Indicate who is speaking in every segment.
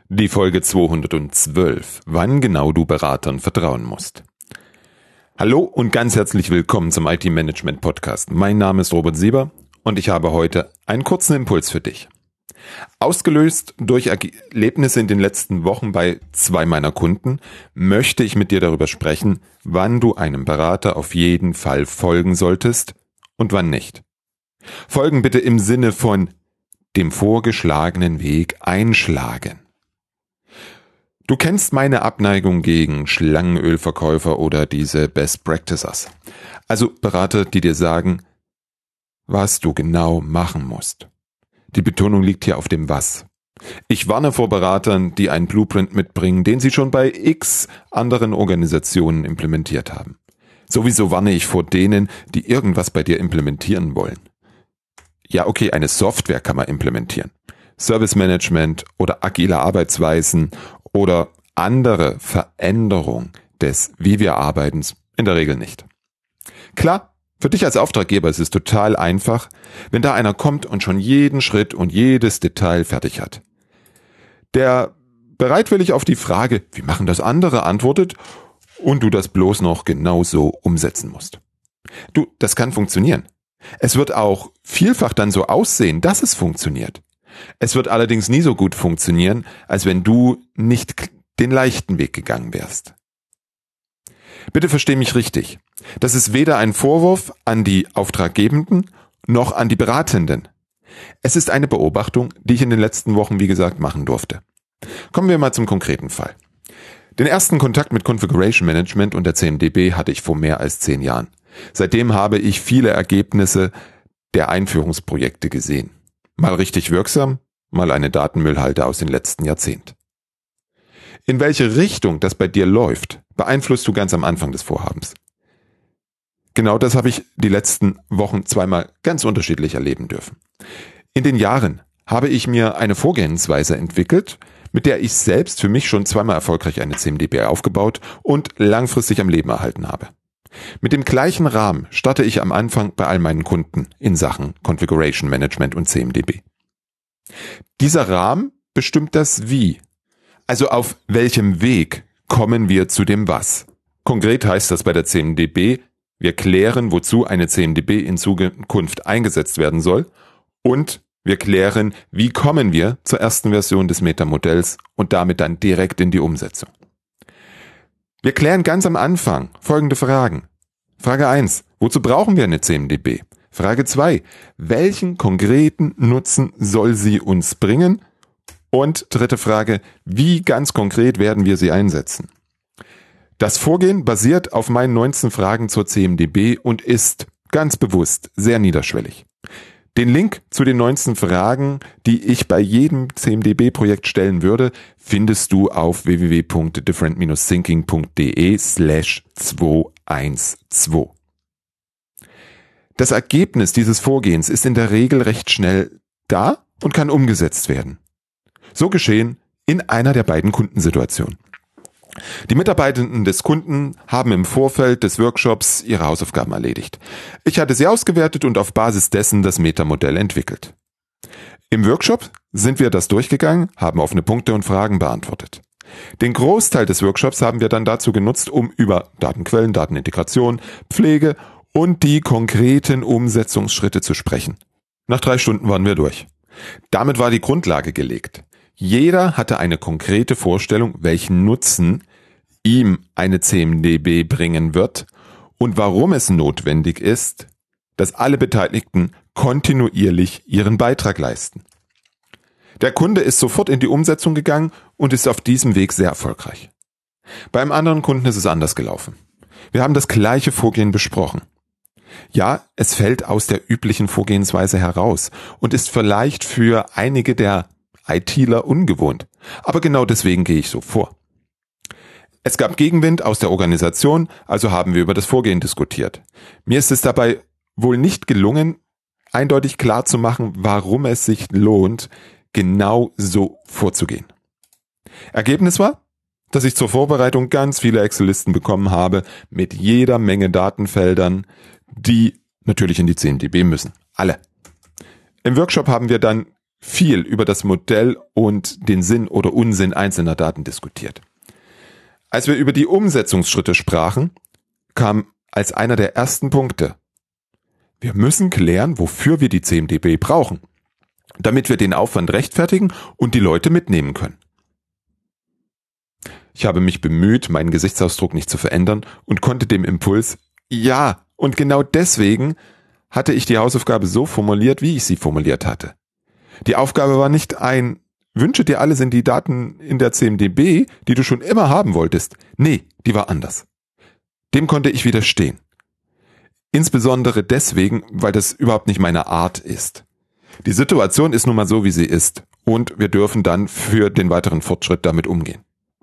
Speaker 1: Die Folge 212, wann genau du Beratern vertrauen musst. Hallo und ganz herzlich willkommen zum IT-Management-Podcast. Mein Name ist Robert Sieber und ich habe heute einen kurzen Impuls für dich. Ausgelöst durch Erlebnisse in den letzten Wochen bei 2 meiner Kunden, möchte ich mit dir darüber sprechen, wann du einem Berater auf jeden Fall folgen solltest und wann nicht. Folgen bitte im Sinne von dem vorgeschlagenen Weg einschlagen. Du kennst meine Abneigung gegen Schlangenölverkäufer oder diese Best Practices. Also Berater, die dir sagen, was du genau machen musst. Die Betonung liegt hier auf dem Was. Ich warne vor Beratern, die einen Blueprint mitbringen, den sie schon bei x anderen Organisationen implementiert haben. Sowieso warne ich vor denen, die irgendwas bei dir implementieren wollen. Ja, okay, eine Software kann man implementieren. Service Management oder agile Arbeitsweisen oder andere Veränderung des wie wir arbeiten in der Regel nicht. Klar, für dich als Auftraggeber ist es total einfach, wenn da einer kommt und schon jeden Schritt und jedes Detail fertig hat. Der bereitwillig auf die Frage, wie machen das andere, antwortet und du das bloß noch genauso umsetzen musst. Du, das kann funktionieren. Es wird auch vielfach dann so aussehen, dass es funktioniert. Es wird allerdings nie so gut funktionieren, als wenn du nicht den leichten Weg gegangen wärst. Bitte versteh mich richtig. Das ist weder ein Vorwurf an die Auftraggebenden noch an die Beratenden. Es ist eine Beobachtung, die ich in den letzten Wochen, wie gesagt, machen durfte. Kommen wir mal zum konkreten Fall. Den ersten Kontakt mit Configuration Management und der CMDB hatte ich vor mehr als 10 Jahren. Seitdem habe ich viele Ergebnisse der Einführungsprojekte gesehen. Mal richtig wirksam, mal eine Datenmüllhalde aus den letzten Jahrzehnten. In welche Richtung das bei dir läuft, beeinflusst du ganz am Anfang des Vorhabens. Genau das habe ich die letzten Wochen zweimal ganz unterschiedlich erleben dürfen. In den Jahren habe ich mir eine Vorgehensweise entwickelt, mit der ich selbst für mich schon zweimal erfolgreich eine CMDB aufgebaut und langfristig am Leben erhalten habe. Mit dem gleichen Rahmen starte ich am Anfang bei all meinen Kunden in Sachen Configuration Management und CMDB. Dieser Rahmen bestimmt das Wie. Also auf welchem Weg kommen wir zu dem Was. Konkret heißt das bei der CMDB, wir klären, wozu eine CMDB in Zukunft eingesetzt werden soll und wir klären, wie kommen wir zur ersten Version des Metamodells und damit dann direkt in die Umsetzung. Wir klären ganz am Anfang folgende Fragen. Frage 1. Wozu brauchen wir eine CMDB? Frage 2. Welchen konkreten Nutzen soll sie uns bringen? Und dritte Frage. Wie ganz konkret werden wir sie einsetzen? Das Vorgehen basiert auf meinen 19 Fragen zur CMDB und ist ganz bewusst sehr niederschwellig. Den Link zu den 19 Fragen, die ich bei jedem CMDB-Projekt stellen würde, findest du auf www.different-thinking.de/212. Das Ergebnis dieses Vorgehens ist in der Regel recht schnell da und kann umgesetzt werden. So geschehen in einer der beiden Kundensituationen. Die Mitarbeitenden des Kunden haben im Vorfeld des Workshops ihre Hausaufgaben erledigt. Ich hatte sie ausgewertet und auf Basis dessen das Metamodell entwickelt. Im Workshop sind wir das durchgegangen, haben offene Punkte und Fragen beantwortet. Den Großteil des Workshops haben wir dann dazu genutzt, um über Datenquellen, Datenintegration, Pflege und die konkreten Umsetzungsschritte zu sprechen. Nach 3 Stunden waren wir durch. Damit war die Grundlage gelegt. Jeder hatte eine konkrete Vorstellung, welchen Nutzen ihm eine CMDB bringen wird und warum es notwendig ist, dass alle Beteiligten kontinuierlich ihren Beitrag leisten. Der Kunde ist sofort in die Umsetzung gegangen und ist auf diesem Weg sehr erfolgreich. Beim anderen Kunden ist es anders gelaufen. Wir haben das gleiche Vorgehen besprochen. Ja, es fällt aus der üblichen Vorgehensweise heraus und ist vielleicht für einige der ITler ungewohnt. Aber genau deswegen gehe ich so vor. Es gab Gegenwind aus der Organisation, also haben wir über das Vorgehen diskutiert. Mir ist es dabei wohl nicht gelungen, eindeutig klar zu machen, warum es sich lohnt, genau so vorzugehen. Ergebnis war, dass ich zur Vorbereitung ganz viele Excel-Listen bekommen habe mit jeder Menge Datenfeldern, die natürlich in die CMDB müssen. Alle. Im Workshop haben wir dann viel über das Modell und den Sinn oder Unsinn einzelner Daten diskutiert. Als wir über die Umsetzungsschritte sprachen, kam als einer der ersten Punkte: Wir müssen klären, wofür wir die CMDB brauchen, damit wir den Aufwand rechtfertigen und die Leute mitnehmen können. Ich habe mich bemüht, meinen Gesichtsausdruck nicht zu verändern und konnte dem Impuls "Ja, und genau deswegen" hatte ich die Hausaufgabe so formuliert, wie ich sie formuliert hatte. Die Aufgabe war nicht ein "Wünsche dir alle sind die Daten in der CMDB, die du schon immer haben wolltest." Nee, die war anders. Dem konnte ich widerstehen. Insbesondere deswegen, weil das überhaupt nicht meine Art ist. Die Situation ist nun mal so, wie sie ist, und wir dürfen dann für den weiteren Fortschritt damit umgehen.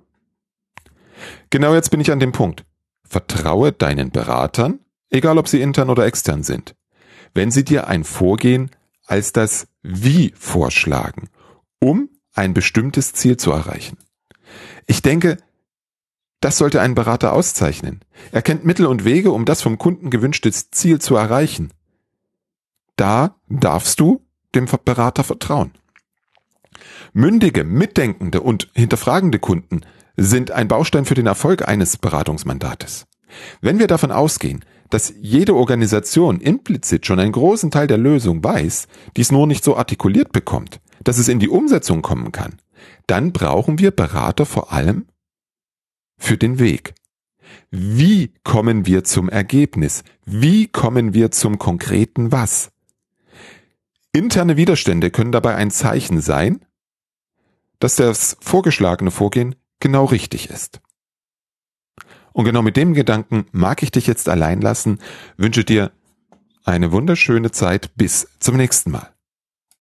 Speaker 1: Genau jetzt bin ich an dem Punkt. Vertraue deinen Beratern, egal ob sie intern oder extern sind, wenn sie dir ein Vorgehen als das Wie vorschlagen, um ein bestimmtes Ziel zu erreichen. Ich denke, das sollte einen Berater auszeichnen. Er kennt Mittel und Wege, um das vom Kunden gewünschte Ziel zu erreichen. Da darfst du dem Berater vertrauen. Mündige, mitdenkende und hinterfragende Kunden sind ein Baustein für den Erfolg eines Beratungsmandates. Wenn wir davon ausgehen, dass jede Organisation implizit schon einen großen Teil der Lösung weiß, dies nur nicht so artikuliert bekommt, dass es in die Umsetzung kommen kann, dann brauchen wir Berater vor allem für den Weg. Wie kommen wir zum Ergebnis? Wie kommen wir zum konkreten Was? Interne Widerstände können dabei ein Zeichen sein, dass das vorgeschlagene Vorgehen genau richtig ist. Und genau mit dem Gedanken mag ich dich jetzt allein lassen, wünsche dir eine wunderschöne Zeit. Bis zum nächsten Mal.